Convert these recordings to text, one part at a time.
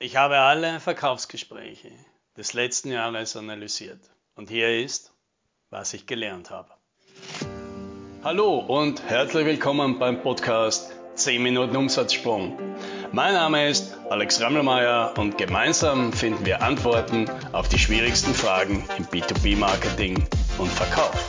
Ich habe alle Verkaufsgespräche des letzten Jahres analysiert und hier ist, was ich gelernt habe. Hallo und herzlich willkommen beim Podcast 10 Minuten Umsatzsprung. Mein Name ist Alex Rammelmeier und gemeinsam finden wir Antworten auf die schwierigsten Fragen im B2B-Marketing und Verkauf.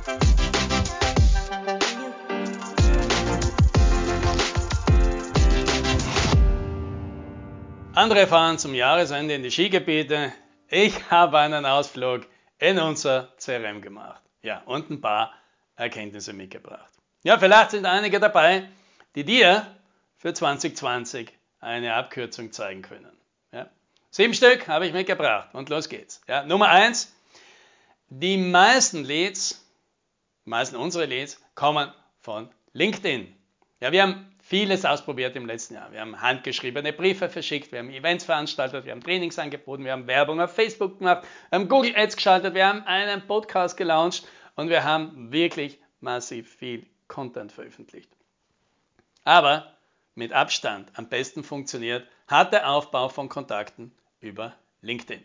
Andere fahren zum Jahresende in die Skigebiete. Ich habe einen Ausflug in unser CRM gemacht. Ja, und ein paar Erkenntnisse mitgebracht. Ja, vielleicht sind einige dabei, die dir für 2020 eine Abkürzung zeigen können. Ja, 7 Stück habe ich mitgebracht und los geht's. Ja, Nummer 1, die meisten unserer Leads kommen von LinkedIn. Ja, wir haben vieles ausprobiert im letzten Jahr. Wir haben handgeschriebene Briefe verschickt, wir haben Events veranstaltet, wir haben Trainings angeboten, wir haben Werbung auf Facebook gemacht, wir haben Google Ads geschaltet, wir haben einen Podcast gelauncht und wir haben wirklich massiv viel Content veröffentlicht. Aber mit Abstand am besten funktioniert hat der Aufbau von Kontakten über LinkedIn.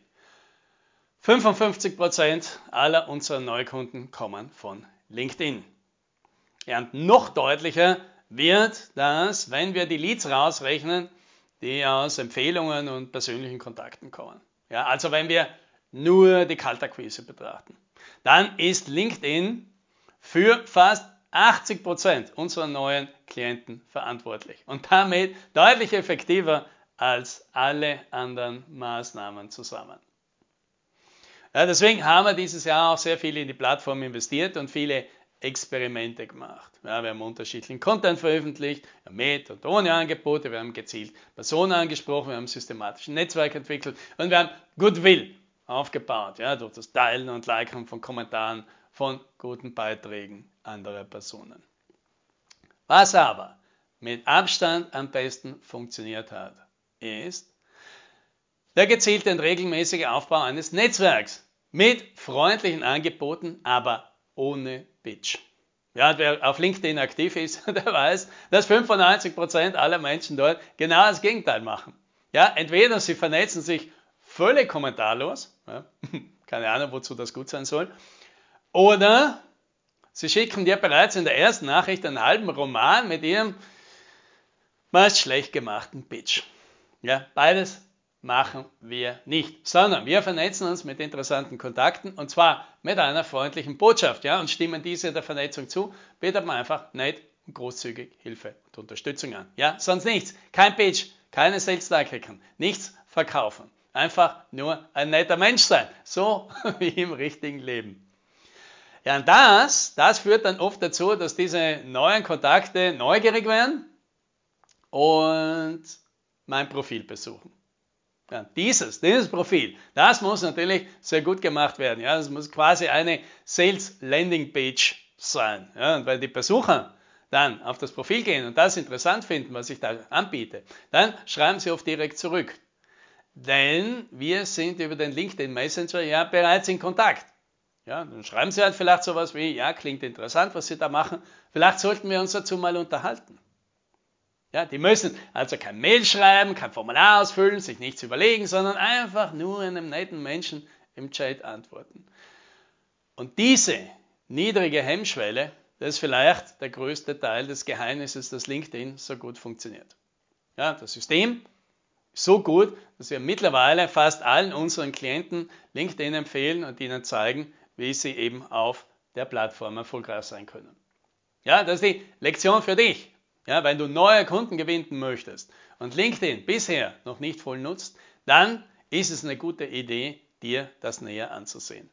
55% aller unserer Neukunden kommen von LinkedIn. Ja, und noch deutlicher wird das, wenn wir die Leads rausrechnen, die aus Empfehlungen und persönlichen Kontakten kommen. Ja, also wenn wir nur die Kaltakquise betrachten, dann ist LinkedIn für fast 80% unserer neuen Klienten verantwortlich und damit deutlich effektiver als alle anderen Maßnahmen zusammen. Ja, deswegen haben wir dieses Jahr auch sehr viel in die Plattform investiert und viele Experimente gemacht. Ja, wir haben unterschiedlichen Content veröffentlicht, mit und ohne Angebote, wir haben gezielt Personen angesprochen, wir haben systematisch ein Netzwerk entwickelt und wir haben Goodwill aufgebaut, ja, durch das Teilen und Liken von Kommentaren von guten Beiträgen anderer Personen. Was aber mit Abstand am besten funktioniert hat, ist der gezielte und regelmäßige Aufbau eines Netzwerks mit freundlichen Angeboten, aber ohne Pitch. Ja, wer auf LinkedIn aktiv ist, der weiß, dass 95% aller Menschen dort genau das Gegenteil machen. Ja, entweder sie vernetzen sich völlig kommentarlos, ja, keine Ahnung, wozu das gut sein soll, oder sie schicken dir bereits in der ersten Nachricht einen halben Roman mit ihrem meist schlecht gemachten Pitch. Ja, beides machen wir nicht, sondern wir vernetzen uns mit interessanten Kontakten und zwar mit einer freundlichen Botschaft, ja, und stimmen diese der Vernetzung zu, bietet man einfach nett und großzügig Hilfe und Unterstützung an. Ja, sonst nichts, kein Pitch, keine Sales-Taktiken, nichts verkaufen, einfach nur ein netter Mensch sein, so wie im richtigen Leben. Ja, und das führt dann oft dazu, dass diese neuen Kontakte neugierig werden und mein Profil besuchen. Ja, dieses Profil, das muss natürlich sehr gut gemacht werden. Ja, das muss quasi eine Sales Landing Page sein. Ja, und wenn die Besucher dann auf das Profil gehen und das interessant finden, was ich da anbiete, dann schreiben sie oft direkt zurück. Denn wir sind über den LinkedIn Messenger ja bereits in Kontakt. Ja, dann schreiben sie halt vielleicht sowas wie, ja, klingt interessant, was Sie da machen. Vielleicht sollten wir uns dazu mal unterhalten. Ja, die müssen also kein Mail schreiben, kein Formular ausfüllen, sich nichts überlegen, sondern einfach nur einem netten Menschen im Chat antworten. Und diese niedrige Hemmschwelle, das ist vielleicht der größte Teil des Geheimnisses, dass LinkedIn so gut funktioniert. Ja, das System ist so gut, dass wir mittlerweile fast allen unseren Klienten LinkedIn empfehlen und ihnen zeigen, wie sie eben auf der Plattform erfolgreich sein können. Ja, das ist die Lektion für dich. Ja, wenn du neue Kunden gewinnen möchtest und LinkedIn bisher noch nicht voll nutzt, dann ist es eine gute Idee, dir das näher anzusehen.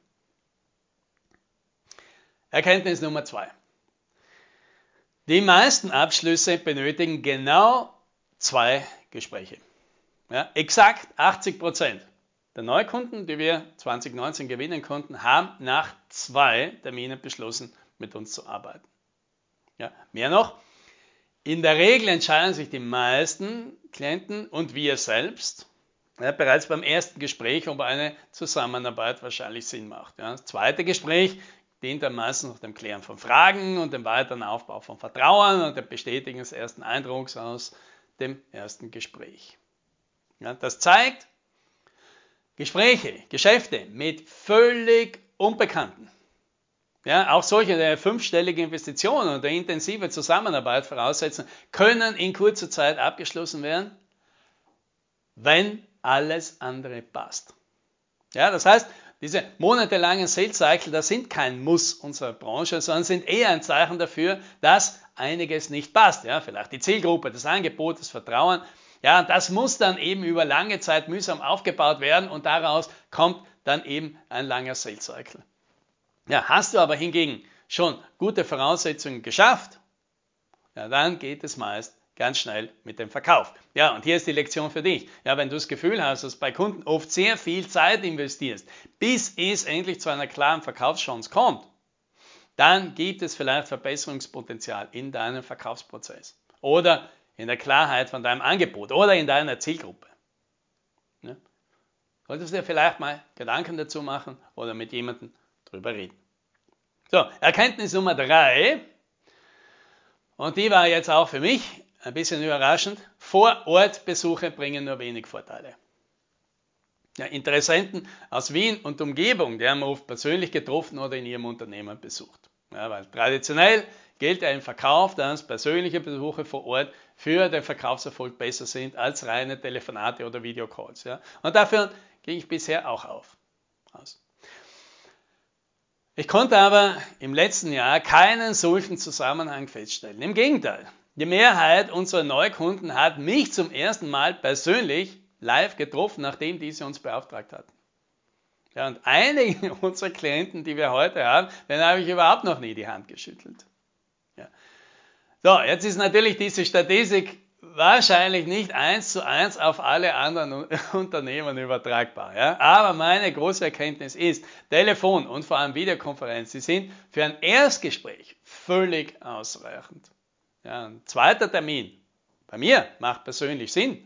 Erkenntnis Nummer 2. Die meisten Abschlüsse benötigen genau 2 Gespräche. Ja, exakt 80% der Neukunden, die wir 2019 gewinnen konnten, haben nach 2 Terminen beschlossen, mit uns zu arbeiten. Ja, mehr noch, in der Regel entscheiden sich die meisten Klienten und wir selbst bereits beim ersten Gespräch, ob eine Zusammenarbeit wahrscheinlich Sinn macht. Ja, das zweite Gespräch dient am meisten noch dem Klären von Fragen und dem weiteren Aufbau von Vertrauen und dem Bestätigen des ersten Eindrucks aus dem ersten Gespräch. Ja, das zeigt, Gespräche, Geschäfte mit völlig Unbekannten, ja, auch solche, die fünfstellige Investitionen oder intensive Zusammenarbeit voraussetzen, können in kurzer Zeit abgeschlossen werden, wenn alles andere passt. Ja, das heißt, diese monatelangen Sales Cycle, das sind kein Muss unserer Branche, sondern sind eher ein Zeichen dafür, dass einiges nicht passt. Ja, vielleicht die Zielgruppe, das Angebot, das Vertrauen. Ja, und das muss dann eben über lange Zeit mühsam aufgebaut werden und daraus kommt dann eben ein langer Sales Cycle. Ja, hast du aber hingegen schon gute Voraussetzungen geschafft, ja, dann geht es meist ganz schnell mit dem Verkauf. Ja, und hier ist die Lektion für dich. Ja, wenn du das Gefühl hast, dass bei Kunden oft sehr viel Zeit investierst, bis es endlich zu einer klaren Verkaufschance kommt, dann gibt es vielleicht Verbesserungspotenzial in deinem Verkaufsprozess oder in der Klarheit von deinem Angebot oder in deiner Zielgruppe. Ja? Solltest du dir vielleicht mal Gedanken dazu machen oder mit jemandem drüber reden. So, Erkenntnis Nummer 3, und die war jetzt auch für mich ein bisschen überraschend: Vor-Ort-Besuche bringen nur wenig Vorteile. Ja, Interessenten aus Wien und Umgebung, die haben wir oft persönlich getroffen oder in ihrem Unternehmen besucht. Ja, weil traditionell gilt ja im Verkauf, dass persönliche Besuche vor Ort für den Verkaufserfolg besser sind als reine Telefonate oder Videocalls. Ja. Und dafür ging ich bisher auch aus. Ich konnte aber im letzten Jahr keinen solchen Zusammenhang feststellen. Im Gegenteil, die Mehrheit unserer Neukunden hat mich zum ersten Mal persönlich live getroffen, nachdem diese uns beauftragt hatten. Ja, und einige unserer Klienten, die wir heute haben, denen habe ich überhaupt noch nie die Hand geschüttelt. Ja. So, jetzt ist natürlich diese Statistik wahrscheinlich nicht 1:1 auf alle anderen Unternehmen übertragbar. Ja? Aber meine große Erkenntnis ist, Telefon und vor allem Videokonferenz, die sind für ein Erstgespräch völlig ausreichend. Ja, ein zweiter Termin, bei mir, macht persönlich Sinn.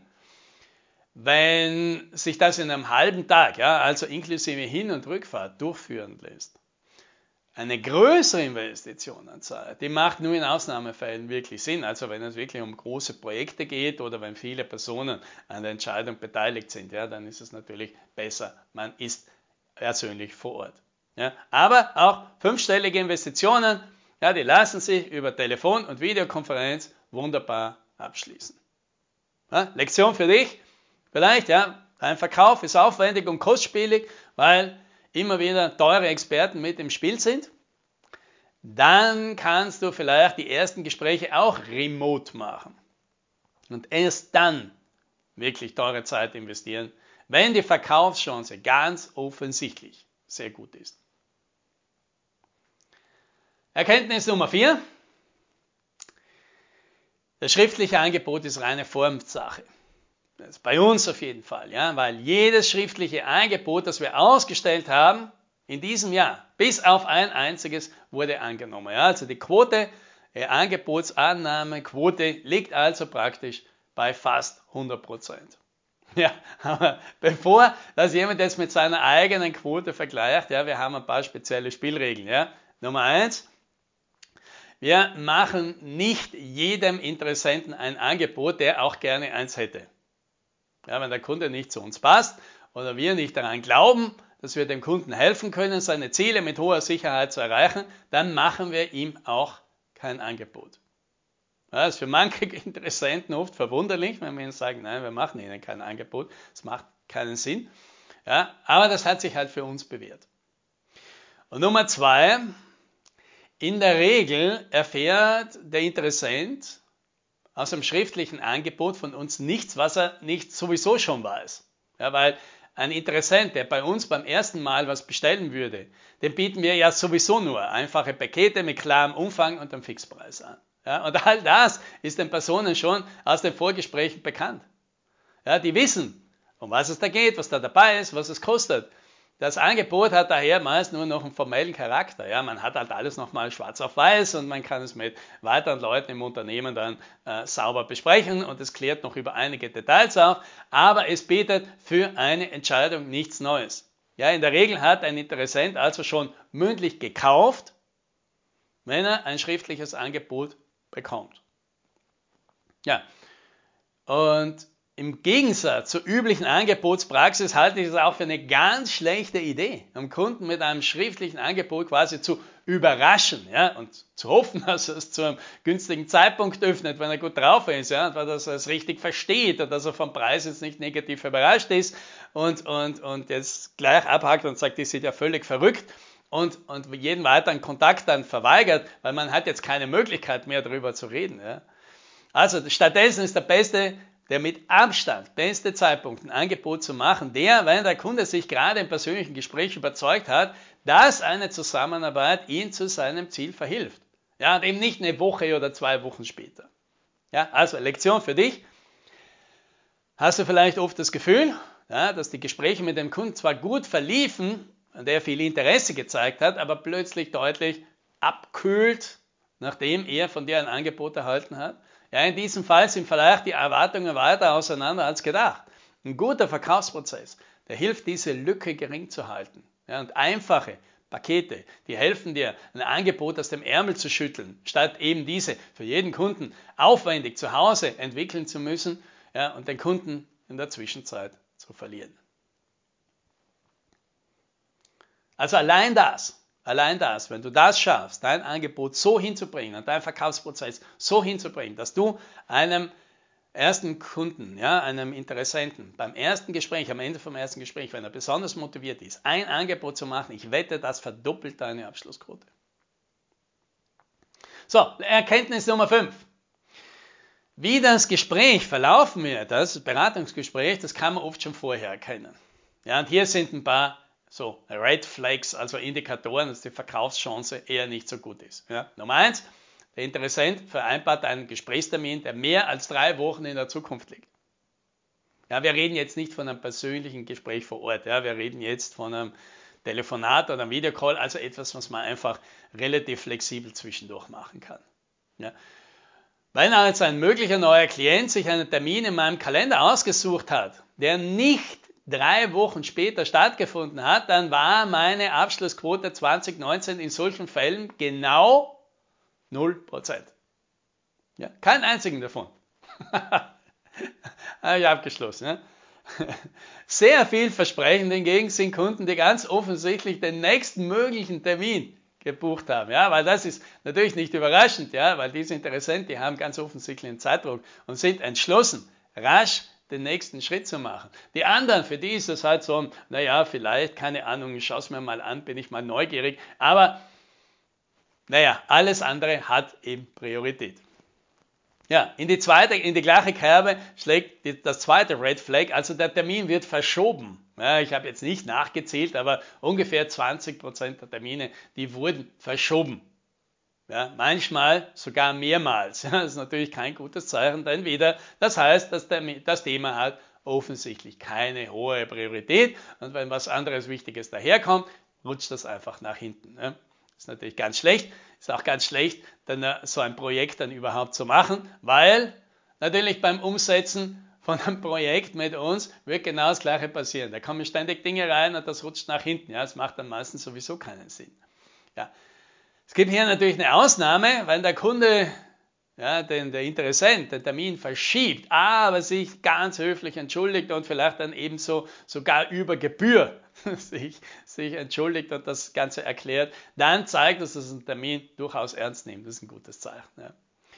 Wenn sich das in einem halben Tag, ja, also inklusive Hin- und Rückfahrt, durchführen lässt. Eine größere Investition an Zeit, die macht nur in Ausnahmefällen wirklich Sinn, also wenn es wirklich um große Projekte geht oder wenn viele Personen an der Entscheidung beteiligt sind, ja, dann ist es natürlich besser, man ist persönlich vor Ort. Ja. Aber auch fünfstellige Investitionen, ja, die lassen sich über Telefon- und Videokonferenz wunderbar abschließen. Ja, Lektion für dich, vielleicht, ja, dein Verkauf ist aufwendig und kostspielig, weil immer wieder teure Experten mit im Spiel sind, dann kannst du vielleicht die ersten Gespräche auch remote machen und erst dann wirklich teure Zeit investieren, wenn die Verkaufschance ganz offensichtlich sehr gut ist. Erkenntnis Nummer 4. Das schriftliche Angebot ist reine Formsache. Das ist bei uns auf jeden Fall, ja, weil jedes schriftliche Angebot, das wir ausgestellt haben, in diesem Jahr, bis auf ein einziges, wurde angenommen. Ja, also die Quote, die Angebotsannahmequote liegt also praktisch bei fast 100%. Ja, aber bevor das jemand jetzt mit seiner eigenen Quote vergleicht, ja, wir haben ein paar spezielle Spielregeln. Ja. Nummer 1, wir machen nicht jedem Interessenten ein Angebot, der auch gerne eins hätte. Ja, wenn der Kunde nicht zu uns passt oder wir nicht daran glauben, dass wir dem Kunden helfen können, seine Ziele mit hoher Sicherheit zu erreichen, dann machen wir ihm auch kein Angebot. Ja, das ist für manche Interessenten oft verwunderlich, wenn wir ihnen sagen, nein, wir machen ihnen kein Angebot, das macht keinen Sinn. Ja, aber das hat sich halt für uns bewährt. Und Nummer 2, in der Regel erfährt der Interessent aus dem schriftlichen Angebot von uns nichts, was er nicht sowieso schon weiß. Ja, weil ein Interessent, der bei uns beim ersten Mal was bestellen würde, dem bieten wir ja sowieso nur einfache Pakete mit klarem Umfang und einem Fixpreis an. Ja, und all das ist den Personen schon aus den Vorgesprächen bekannt. Ja, die wissen, um was es da geht, was da dabei ist, was es kostet. Das Angebot hat daher meist nur noch einen formellen Charakter. Ja, man hat halt alles nochmal schwarz auf weiß und man kann es mit weiteren Leuten im Unternehmen dann sauber besprechen und es klärt noch über einige Details auf, aber es bietet für eine Entscheidung nichts Neues. Ja, in der Regel hat ein Interessent also schon mündlich gekauft, wenn er ein schriftliches Angebot bekommt. Ja, und im Gegensatz zur üblichen Angebotspraxis halte ich es auch für eine ganz schlechte Idee, um Kunden mit einem schriftlichen Angebot quasi zu überraschen, ja, und zu hoffen, dass er es zu einem günstigen Zeitpunkt öffnet, wenn er gut drauf ist, ja, und dass er es richtig versteht und dass er vom Preis jetzt nicht negativ überrascht ist und jetzt gleich abhakt und sagt, die sind ja völlig verrückt und jeden weiteren Kontakt dann verweigert, weil man hat jetzt keine Möglichkeit mehr darüber zu reden. Ja. Also stattdessen ist der mit Abstand beste Zeitpunkt, ein Angebot zu machen, wenn der Kunde sich gerade im persönlichen Gespräch überzeugt hat, dass eine Zusammenarbeit ihn zu seinem Ziel verhilft. Ja, und eben nicht eine Woche oder 2 Wochen später. Ja, also Lektion für dich. Hast du vielleicht oft das Gefühl, ja, dass die Gespräche mit dem Kunden zwar gut verliefen, an der viel Interesse gezeigt hat, aber plötzlich deutlich abkühlt, nachdem er von dir ein Angebot erhalten hat? Ja, in diesem Fall sind vielleicht die Erwartungen weiter auseinander als gedacht. Ein guter Verkaufsprozess, der hilft, diese Lücke gering zu halten. Ja, und einfache Pakete, die helfen dir, ein Angebot aus dem Ärmel zu schütteln, statt eben diese für jeden Kunden aufwendig zu Hause entwickeln zu müssen, ja, und den Kunden in der Zwischenzeit zu verlieren. Also allein das, wenn du das schaffst, dein Angebot so hinzubringen und deinen Verkaufsprozess so hinzubringen, dass du einem ersten Kunden, ja, einem Interessenten beim ersten Gespräch, am Ende vom ersten Gespräch, wenn er besonders motiviert ist, ein Angebot zu machen, ich wette, das verdoppelt deine Abschlussquote. So, Erkenntnis Nummer 5. Wie das Gespräch verlaufen wird, das Beratungsgespräch, das kann man oft schon vorher erkennen. Ja, und hier sind ein paar so Red Flags, also Indikatoren, dass die Verkaufschance eher nicht so gut ist. Ja, Nummer 1, der Interessent vereinbart einen Gesprächstermin, der mehr als 3 Wochen in der Zukunft liegt. Ja, wir reden jetzt nicht von einem persönlichen Gespräch vor Ort, ja, wir reden jetzt von einem Telefonat oder einem Videocall, also etwas, was man einfach relativ flexibel zwischendurch machen kann. Ja. Wenn also ein möglicher neuer Klient sich einen Termin in meinem Kalender ausgesucht hat, der nicht 3 Wochen später stattgefunden hat, dann war meine Abschlussquote 2019 in solchen Fällen genau 0%. Ja, keinen einzigen davon. Habe ich abgeschlossen. Ja? Sehr vielversprechend hingegen sind Kunden, die ganz offensichtlich den nächsten möglichen Termin gebucht haben, ja, weil das ist natürlich nicht überraschend, ja, weil diese Interessenten, die haben ganz offensichtlich einen Zeitdruck und sind entschlossen, rasch den nächsten Schritt zu machen. Die anderen, für die ist es halt so, naja, vielleicht, keine Ahnung, ich schaue es mir mal an, bin ich mal neugierig, aber naja, alles andere hat eben Priorität. Ja, in die gleiche Kerbe schlägt das zweite Red Flag, also der Termin wird verschoben. Ja, ich habe jetzt nicht nachgezählt, aber ungefähr 20% der Termine, die wurden verschoben. Ja, manchmal sogar mehrmals. Ja, das ist natürlich kein gutes Zeichen, denn wieder, das heißt, dass das Thema hat offensichtlich keine hohe Priorität und wenn was anderes Wichtiges daherkommt, rutscht das einfach nach hinten. Ja. Das ist natürlich ganz schlecht. Ist auch ganz schlecht, dann so ein Projekt dann überhaupt zu machen, weil natürlich beim Umsetzen von einem Projekt mit uns wird genau das Gleiche passieren. Da kommen ständig Dinge rein und das rutscht nach hinten. Ja, das macht dann meistens sowieso keinen Sinn. Ja. Es gibt hier natürlich eine Ausnahme, wenn der Kunde, ja, der Interessent, den Termin verschiebt, aber sich ganz höflich entschuldigt und vielleicht dann ebenso sogar über Gebühr sich entschuldigt und das Ganze erklärt, dann zeigt das, dass es einen Termin durchaus ernst nimmt. Das ist ein gutes Zeichen. Ja.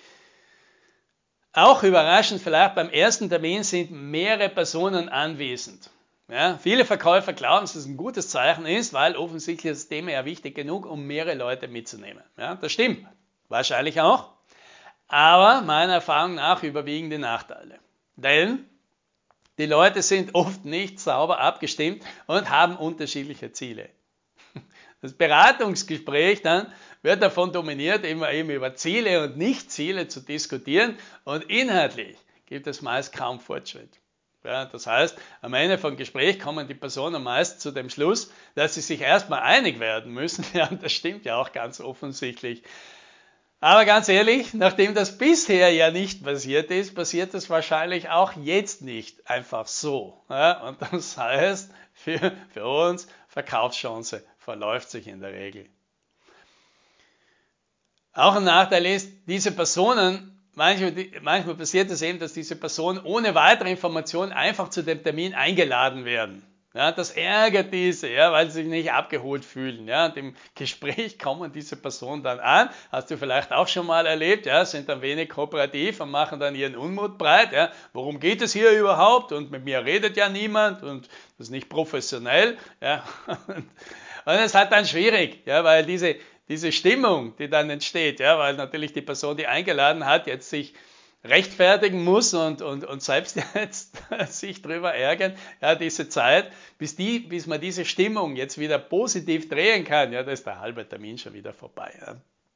Auch überraschend vielleicht beim ersten Termin sind mehrere Personen anwesend. Ja, viele Verkäufer glauben, dass es ein gutes Zeichen ist, weil offensichtlich ist das Thema ja wichtig genug, um mehrere Leute mitzunehmen. Ja, das stimmt. Wahrscheinlich auch. Aber meiner Erfahrung nach überwiegen die Nachteile. Denn die Leute sind oft nicht sauber abgestimmt und haben unterschiedliche Ziele. Das Beratungsgespräch dann wird davon dominiert, immer eben über Ziele und Nicht-Ziele zu diskutieren und inhaltlich gibt es meist kaum Fortschritt. Ja, das heißt, am Ende vom Gespräch kommen die Personen meist zu dem Schluss, dass sie sich erstmal einig werden müssen. Ja, das stimmt ja auch ganz offensichtlich. Aber ganz ehrlich, nachdem das bisher ja nicht passiert ist, passiert das wahrscheinlich auch jetzt nicht einfach so. Ja, und das heißt, für uns, Verkaufschance verläuft sich in der Regel. Auch ein Nachteil ist, diese Personen manchmal passiert es eben, dass diese Personen ohne weitere Informationen einfach zu dem Termin eingeladen werden. Ja, das ärgert diese, ja, weil sie sich nicht abgeholt fühlen. Ja, und im Gespräch kommen diese Personen dann an, hast du vielleicht auch schon mal erlebt, ja, sind dann wenig kooperativ und machen dann ihren Unmut breit. Ja, worum geht es hier überhaupt? Und mit mir redet ja niemand und das ist nicht professionell. Ja, und es ist halt dann schwierig, ja, weil diese Stimmung, die dann entsteht, ja, weil natürlich die Person, die eingeladen hat, jetzt sich rechtfertigen muss und selbst jetzt sich drüber ärgern, ja, diese Zeit, bis man diese Stimmung jetzt wieder positiv drehen kann, ja, da ist der halbe Termin schon wieder vorbei. Ja.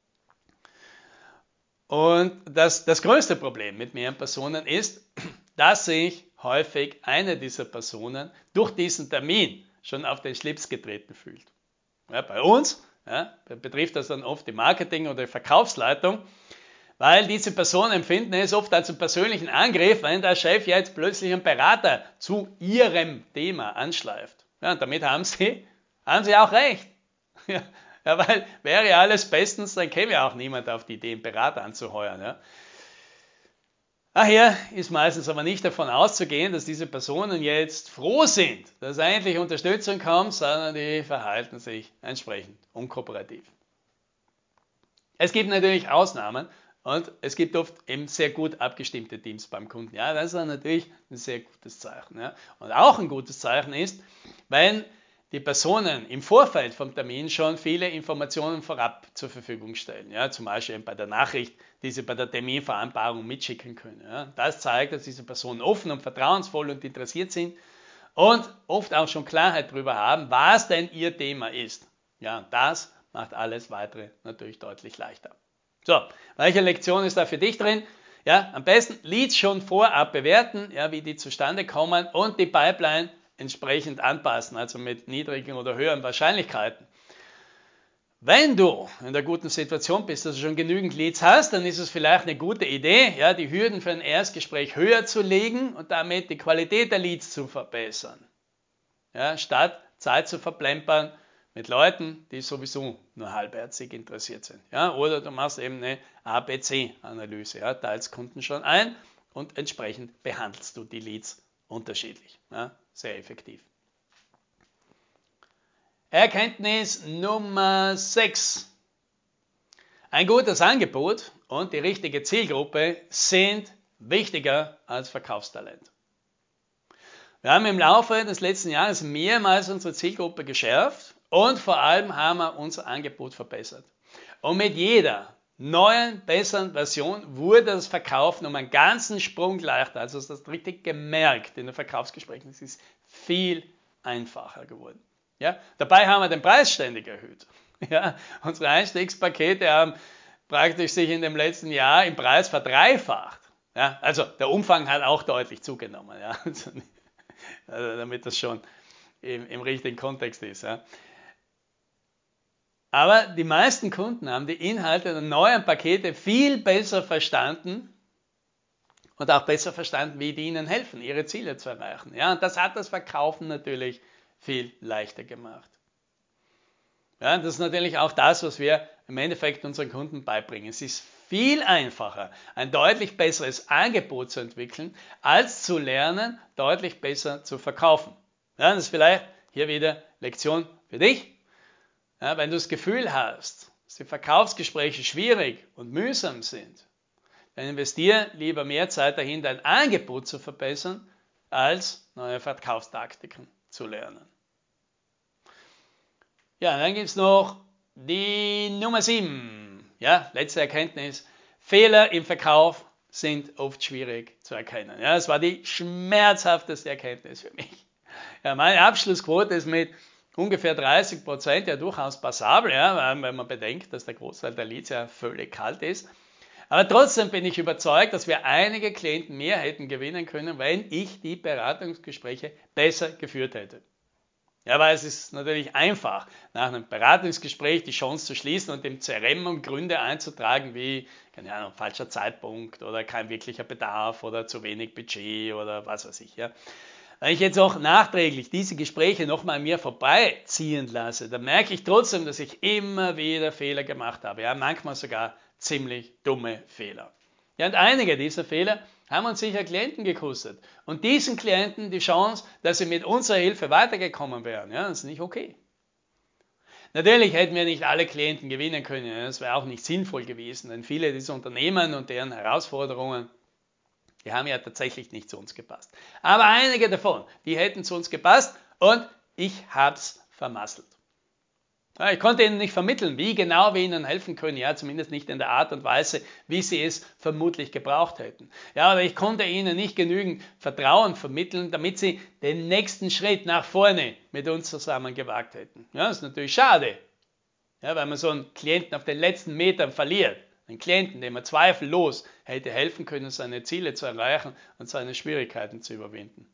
Und das größte Problem mit mehreren Personen ist, dass sich häufig eine dieser Personen durch diesen Termin schon auf den Schlips getreten fühlt. Ja, bei uns betrifft das dann oft die Marketing- oder die Verkaufsleitung, weil diese Personen empfinden es oft als einen persönlichen Angriff, wenn der Chef jetzt plötzlich einen Berater zu ihrem Thema anschleift. Ja, und damit haben sie auch recht. Ja, weil wäre ja alles bestens, dann käme ja auch niemand auf die Idee, einen Berater anzuheuern. Ja. Daher ist meistens aber nicht davon auszugehen, dass diese Personen jetzt froh sind, dass endlich Unterstützung kommt, sondern die verhalten sich entsprechend unkooperativ. Es gibt natürlich Ausnahmen und es gibt oft eben sehr gut abgestimmte Teams beim Kunden. Ja, das ist natürlich ein sehr gutes Zeichen. Ja. Und auch ein gutes Zeichen ist, wenn die Personen im Vorfeld vom Termin schon viele Informationen vorab zur Verfügung stellen. Ja, zum Beispiel bei der Nachricht, die sie bei der Terminvereinbarung mitschicken können. Ja. Das zeigt, dass diese Personen offen und vertrauensvoll und interessiert sind und oft auch schon Klarheit darüber haben, was denn ihr Thema ist. Ja, und das macht alles Weitere natürlich deutlich leichter. So, welche Lektion ist da für dich drin? Ja, am besten Leads schon vorab bewerten, ja, wie die zustande kommen und die Pipeline entsprechend anpassen, also mit niedrigen oder höheren Wahrscheinlichkeiten. Wenn du in der guten Situation bist, dass du schon genügend Leads hast, dann ist es vielleicht eine gute Idee, ja, die Hürden für ein Erstgespräch höher zu legen und damit die Qualität der Leads zu verbessern. Ja, statt Zeit zu verplempern mit Leuten, die sowieso nur halbherzig interessiert sind. Ja, oder du machst eben eine ABC-Analyse, ja, teilst Kunden schon ein und entsprechend behandelst du die Leads unterschiedlich. Ja, sehr effektiv. Erkenntnis Nummer 6. Ein gutes Angebot und die richtige Zielgruppe sind wichtiger als Verkaufstalent. Wir haben im Laufe des letzten Jahres mehrmals unsere Zielgruppe geschärft und vor allem haben wir unser Angebot verbessert. Und mit jeder neuen, besseren Version wurde das Verkaufen um einen ganzen Sprung leichter. Also das hast du richtig gemerkt in den Verkaufsgesprächen. Es ist viel einfacher geworden. Ja? Dabei haben wir den Preis ständig erhöht. Ja? Unsere Einstiegspakete haben praktisch sich in dem letzten Jahr im Preis verdreifacht. Ja? Also der Umfang hat auch deutlich zugenommen. Ja? Also damit das schon im richtigen Kontext ist. Ja. Aber die meisten Kunden haben die Inhalte der neuen Pakete viel besser verstanden und auch besser verstanden, wie die ihnen helfen, ihre Ziele zu erreichen. Ja, und das hat das Verkaufen natürlich viel leichter gemacht. Ja, das ist natürlich auch das, was wir im Endeffekt unseren Kunden beibringen. Es ist viel einfacher, ein deutlich besseres Angebot zu entwickeln, als zu lernen, deutlich besser zu verkaufen. Ja, das ist vielleicht hier wieder Lektion für dich. Ja, wenn du das Gefühl hast, dass die Verkaufsgespräche schwierig und mühsam sind, dann investiere lieber mehr Zeit dahin, dein Angebot zu verbessern, als neue Verkaufstaktiken zu lernen. Ja, dann gibt es noch die Nummer 7. Ja, letzte Erkenntnis. Fehler im Verkauf sind oft schwierig zu erkennen. Ja, das war die schmerzhafteste Erkenntnis für mich. Ja, meine Abschlussquote ist mit ungefähr 30% ja durchaus passabel, ja, wenn man bedenkt, dass der Großteil der Leads ja völlig kalt ist. Aber trotzdem bin ich überzeugt, dass wir einige Klienten mehr hätten gewinnen können, wenn ich die Beratungsgespräche besser geführt hätte. Ja, weil es ist natürlich einfach, nach einem Beratungsgespräch die Chance zu schließen und dem CRM und Gründe einzutragen, wie, keine Ahnung, falscher Zeitpunkt oder kein wirklicher Bedarf oder zu wenig Budget oder was weiß ich. Ja. Wenn ich jetzt auch nachträglich diese Gespräche nochmal an mir vorbeiziehen lasse, dann merke ich trotzdem, dass ich immer wieder Fehler gemacht habe. Ja, manchmal sogar ziemlich dumme Fehler. Ja, und einige dieser Fehler haben uns sicher Klienten gekostet. Und diesen Klienten die Chance, dass sie mit unserer Hilfe weitergekommen wären, ja, das ist nicht okay. Natürlich hätten wir nicht alle Klienten gewinnen können, ja, das wäre auch nicht sinnvoll gewesen, denn viele dieser Unternehmen und deren Herausforderungen, die haben ja tatsächlich nicht zu uns gepasst. Aber einige davon, die hätten zu uns gepasst und ich habe es vermasselt. Ja, ich konnte ihnen nicht vermitteln, wie genau wir ihnen helfen können, ja, zumindest nicht in der Art und Weise, wie sie es vermutlich gebraucht hätten. Ja, oder ich konnte ihnen nicht genügend Vertrauen vermitteln, damit sie den nächsten Schritt nach vorne mit uns zusammen gewagt hätten. Ja, das ist natürlich schade, ja, weil man so einen Klienten auf den letzten Metern verliert. Einen Klienten, dem man zweifellos hätte helfen können, seine Ziele zu erreichen und seine Schwierigkeiten zu überwinden.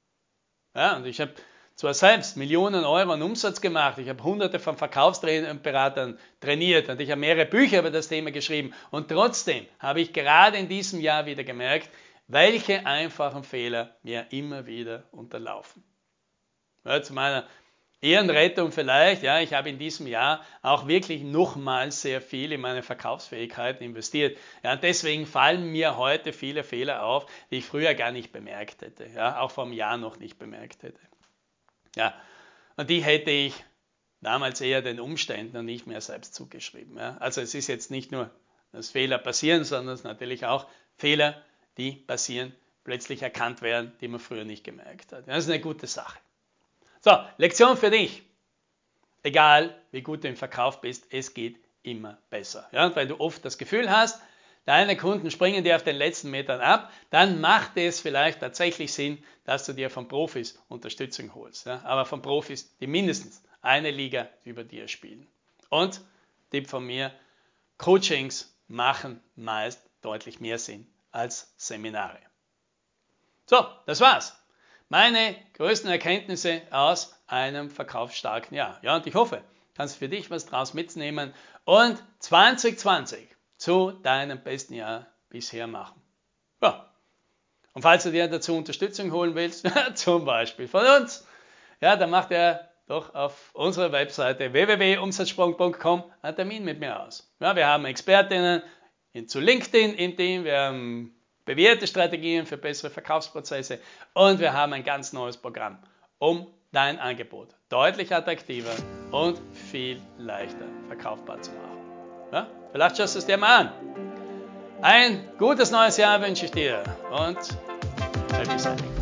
Ja, und ich habe zwar selbst Millionen Euro an Umsatz gemacht, ich habe hunderte von Verkaufsberatern trainiert und ich habe mehrere Bücher über das Thema geschrieben und trotzdem habe ich gerade in diesem Jahr wieder gemerkt, welche einfachen Fehler mir immer wieder unterlaufen. Ja, zu meiner Ehrenrettung vielleicht, ja, ich habe in diesem Jahr auch wirklich nochmals sehr viel in meine Verkaufsfähigkeiten investiert. Ja, und deswegen fallen mir heute viele Fehler auf, die ich früher gar nicht bemerkt hätte, ja, auch vor einem Jahr noch nicht bemerkt hätte. Ja, und die hätte ich damals eher den Umständen und nicht mehr selbst zugeschrieben. Ja. Also es ist jetzt nicht nur, dass Fehler passieren, sondern es sind natürlich auch Fehler, die passieren, plötzlich erkannt werden, die man früher nicht gemerkt hat. Das ist eine gute Sache. So, Lektion für dich. Egal, wie gut du im Verkauf bist, es geht immer besser. Ja, und wenn du oft das Gefühl hast, deine Kunden springen dir auf den letzten Metern ab, dann macht es vielleicht tatsächlich Sinn, dass du dir von Profis Unterstützung holst. Ja, aber von Profis, die mindestens eine Liga über dir spielen. Und, Tipp von mir, Coachings machen meist deutlich mehr Sinn als Seminare. So, das war's. Meine größten Erkenntnisse aus einem verkaufsstarken Jahr. Ja, und ich hoffe, du kannst für dich was draus mitnehmen und 2020 zu deinem besten Jahr bisher machen. Ja. Und falls du dir dazu Unterstützung holen willst, zum Beispiel von uns, ja, dann macht er doch auf unserer Webseite www.umsatzsprung.com einen Termin mit mir aus. Ja, wir haben Expertinnen zu LinkedIn im Team, wir haben bewährte Strategien für bessere Verkaufsprozesse und wir haben ein ganz neues Programm, um dein Angebot deutlich attraktiver und viel leichter verkaufbar zu machen. Ja, vielleicht schaust du es dir mal an. Ein gutes neues Jahr wünsche ich dir und happy selling.